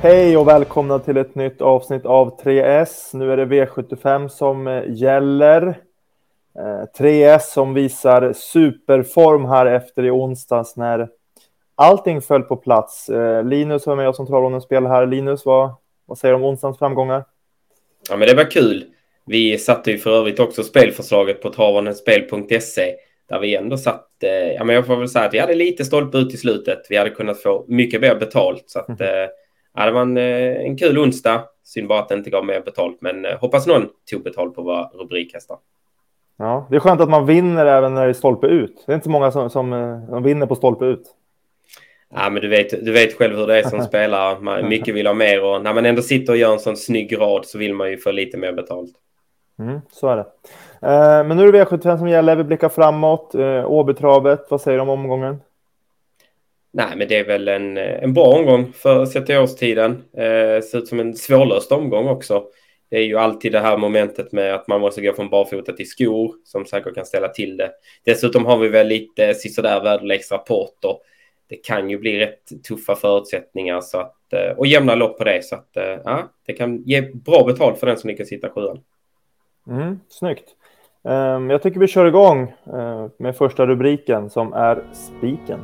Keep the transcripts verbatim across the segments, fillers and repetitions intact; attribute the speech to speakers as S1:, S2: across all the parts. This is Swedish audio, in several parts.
S1: Hej och välkomna till ett nytt avsnitt av tre S. Nu är det V sjuttiofem som gäller. tre S som visar superform här efter i onsdags när allting föll på plats. Linus var med oss som Travronens spel här. Linus, vad, vad säger du om onsdagens framgångar?
S2: Ja, men det var kul. Vi satte ju för övrigt också spelförslaget på travronenspel punkt se där vi ändå satt, ja men jag får väl säga att vi hade lite stolpe ut i slutet. Vi hade kunnat få mycket mer betalt så att mm. ja, det var en, en kul onsdag. Synd bara att det inte gav mer betalt, men hoppas någon tog betalt på våra rubrikhästar.
S1: Ja, det är skönt att man vinner även när det är stolpe ut. Det är inte så många som, som, som vinner på stolpe ut.
S2: Ja, men du vet, du vet själv hur det är som spelare. Man, mycket vill ha mer och när man ändå sitter och gör en sån snygg rad så vill man ju få lite mer betalt.
S1: Mm, så är det. Eh, men nu är det V sjuttiofem som gäller. Vi blickar framåt. Eh, Åbytravet, vad säger du om omgången?
S2: Nej, men det är väl en, en bra omgång för sätta-årstiden. Eh, ser ut som en svårlöst omgång också. Det är ju alltid det här momentet med att man måste gå från barfota till skor som säkert kan ställa till det. Dessutom har vi väl lite sisådär väderleksrapporter. Det kan ju bli rätt tuffa förutsättningar så att, och jämna lopp på det. Så att ja, det kan ge bra betalt för den som lyckas sitta sjuan.
S1: Mm, snyggt. Um, jag tycker vi kör igång uh, med första rubriken som är spiken.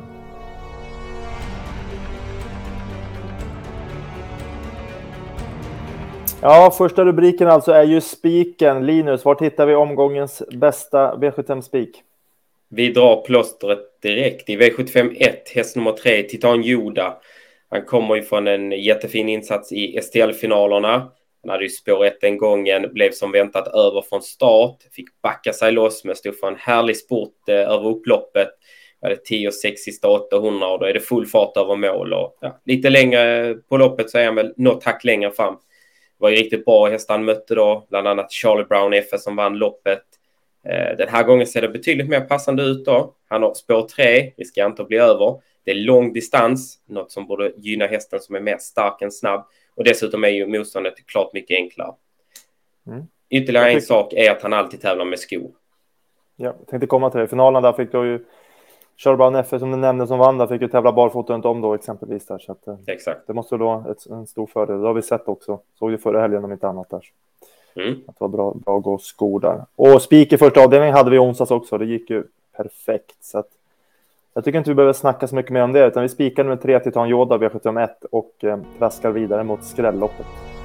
S1: Ja, första rubriken alltså är ju spiken. Linus, var hittar vi omgångens bästa V sjuttiofem-spik?
S2: Vi drar plåstret direkt i V sjuttiofem ett, häst nummer tre, Titan Yoda. Han kommer ju från en jättefin insats i S T L-finalerna. Han hade ju spår ett den gången, blev som väntat över från start. Fick backa sig loss med stod för en härlig sport eh, över upploppet. Det hade tio sex sista åttahundra och då är det full fart över mål. Och, ja, lite längre på loppet så är han väl något hack längre fram. Det var ju riktigt bra hästar han mötte då. Bland annat Charlie Brown F S som vann loppet. Eh, den här gången ser det betydligt mer passande ut då. Han har spår tre, riskerar inte att bli över. Det är lång distans, något som borde gynna hästen som är mer stark än snabb. Och dessutom är ju motståndet klart mycket enklare. Mm. Ytterligare tycker... en sak är att han alltid tävlar med skor.
S1: Ja, jag tänkte komma till det. Finalen där fick då ju Charlie Brown F S som du nämnde som vann där fick ju tävla barfota runt om då exempelvis där. Så att,
S2: exakt.
S1: Det måste då ett, en stor fördel. Det har vi sett också. Såg ju förra helgen om inte annat där. Mm. Att det var bra, bra att gå skor där. Och spik i första avdelningen hade vi i onsdags också. Det gick ju perfekt. Så att jag tycker inte vi behöver snacka så mycket mer om det. Utan vi spikar med tre Titan Yoda V sjuttiofem ett och eh, traskar vidare mot skrälloppet.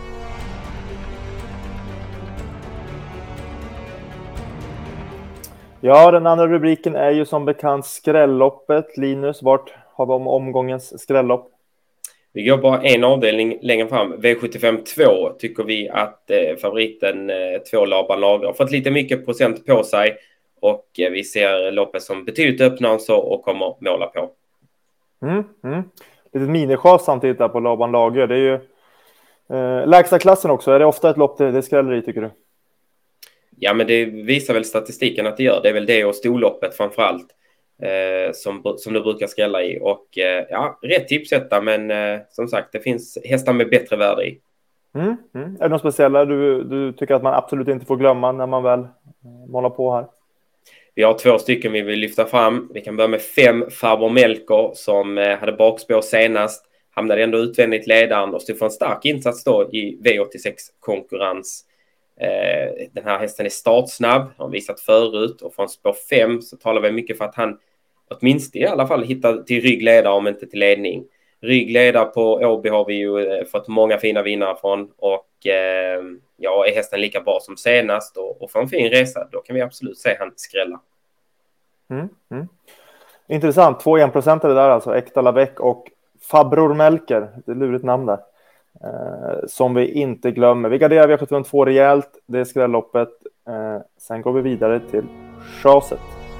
S1: Ja, den andra rubriken är ju som bekant skrälloppet. Linus, vart har vi om omgångens skrällopp?
S2: Vi går bara en avdelning längre fram. V sjuttiofem två tycker vi att eh, favoriten eh, två Laban Lager har fått lite mycket procent på sig. Och eh, vi ser loppet som betydligt öppnare så och kommer måla på.
S1: Mm, mm. Lite minichas samtidigt där på Laban Lager. Det är ju eh, lägsta klassen också. Är det ofta ett lopp det, det skräller i tycker du?
S2: Ja, men det visar väl statistiken att det gör. Det är väl det och storloppet framförallt. Eh, som, som du brukar skrälla i och eh, ja, rätt tipsetta men eh, som sagt det finns hästar med bättre värde i.
S1: Mm, mm. Är det något speciella du, du tycker att man absolut inte får glömma när man väl eh, målar på här?
S2: Vi har två stycken vi vill lyfta fram. Vi kan börja med fem Farbror Melker som eh, hade bakspår senast, hamnade ändå utvändigt ledaren och stod för en stark insats då i V åttiosex-konkurrens. Eh, den här hästen är startsnabb, har visat förut och från spår fem så talar vi mycket för att han åtminstone i alla fall hittar till ryggledare om inte till ledning. Ryggledare på Åby har vi ju eh, fått många fina vinnare från och eh, ja, är hästen lika bra som senast och, och får en fin resa, då kan vi absolut se han skrälla.
S1: Mm, mm. Intressant, två en procent är det där alltså, Äkta Lavec och Farbror Melker, det är lurigt namn där. Eh, som vi inte glömmer. Vi garderar V sjuttiofem två rejält, det är skrälloppet. Eh, sen går vi vidare till chaset.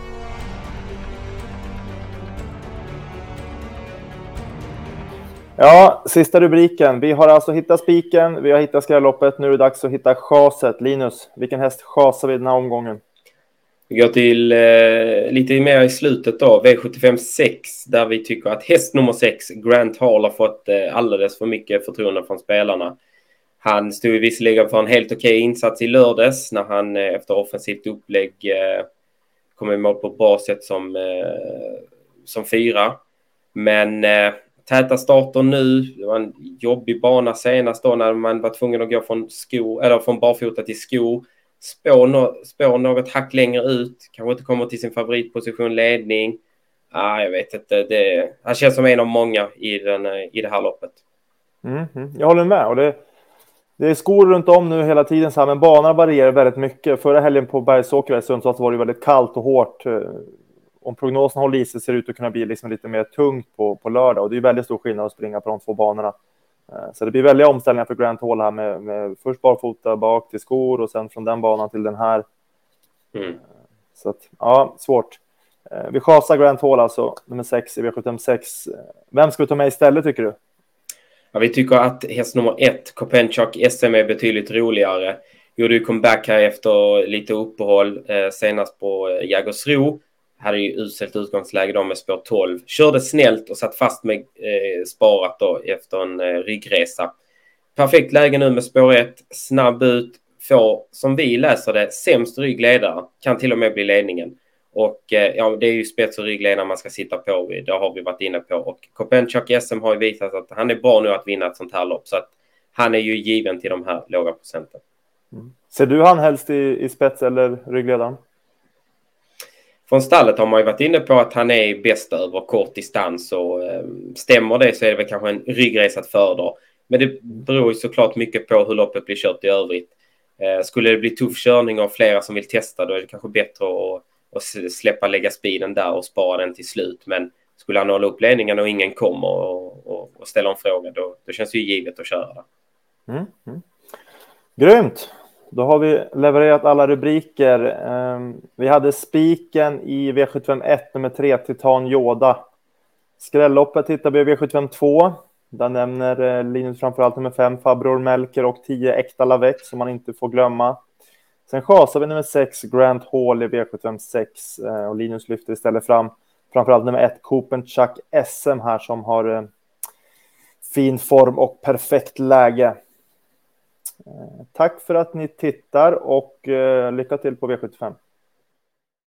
S1: Ja, sista rubriken. Vi har alltså hittat spiken, vi har hittat skrälloppet. Nu är det dags att hitta chaset. Linus, vilken häst chasar vi den här omgången?
S2: Vi går till eh, lite mer i slutet då, V sjuttiofem sex, där vi tycker att häst nummer sex, Grant Hall, har fått eh, alldeles för mycket förtroende från spelarna. Han stod visserligen för en helt okej insats i lördags när han eh, efter offensivt upplägg eh, kom i mål på bra sätt som, eh, som fyra. Men eh, täta starter nu. Det var en jobbig bana senast då när man var tvungen att gå från sko eller från barfota till sko. Spår, no, spår något hack längre ut. Kanske inte kommer till sin favoritposition ledning. Ah, jag vet inte. Det, han känns som en av många i, den, i det här loppet.
S1: Mm, mm. Jag håller med. Och det, det är skor runt om nu hela tiden, så här, men banan varierar väldigt mycket. Förra helgen på Bergsåker i Sundsvall var det väldigt kallt och hårt. Om prognosen håller i sig ser det ut att kunna bli liksom lite mer tungt på, på lördag. Och det är väldigt stor skillnad att springa på de två banorna. Så det blir väldigt omställningar för Grant Hall här med, med först barfota bak till skor och sen från den banan till den här.
S2: Mm.
S1: Så att, ja, svårt. Vi chasar Grant Hall alltså, nummer sex i V sjuttiofex. Vem ska vi ta med istället tycker du?
S2: Ja, vi tycker att häst nummer ett, Kopenchak S M, är betydligt roligare. Gjorde ju comeback här efter lite uppehåll eh, senast på eh, Jägersro. Hade ju uselt utgångsläge då med spår tolv. Körde snällt och satt fast med eh, sparat då efter en eh, ryggresa. Perfekt läge nu med spår ett. Snabb ut. Får, som vi läser det, sämst ryggledare. Kan till och med bli ledningen. Och eh, ja, det är ju spets och ryggledare man ska sitta på. Det har vi varit inne på. Och Kopenchak S M har ju visat att han är bra nu att vinna ett sånt här lopp. Så att han är ju given till de här låga procenten.
S1: Mm. Ser du han helst i, i spets eller ryggledaren?
S2: Från stallet har man ju varit inne på att han är bäst över kort distans, och eh, stämmer det så är det väl kanske en ryggresa att föredra. Men det beror ju såklart mycket på hur loppet blir kört i övrigt. Eh, skulle det bli tuff körning och flera som vill testa, då är det kanske bättre att, att släppa lägga speeden där och spara den till slut. Men skulle han hålla upp ledningen och ingen kommer och, och, och ställa en fråga, då, då känns det ju givet att köra där.
S1: Mm, mm. Grymt! Då har vi levererat alla rubriker. Vi hade spiken i V sjuttiofex nummer tre, Titan Yoda. Skrälloppet hittar vi i V sjuttiofem två. Där nämner Linus framförallt nummer fem, Fabror Melker, och tio, Äkta Lavec, som man inte får glömma. Sen chasar vi nummer sex, Grant Hall i V sjuttiofem sex. Och Linus lyfter istället fram framförallt nummer ett, Kopenchak S M här, som har fin form och perfekt läge. Tack för att ni tittar och lycka till på V sjuttiofem.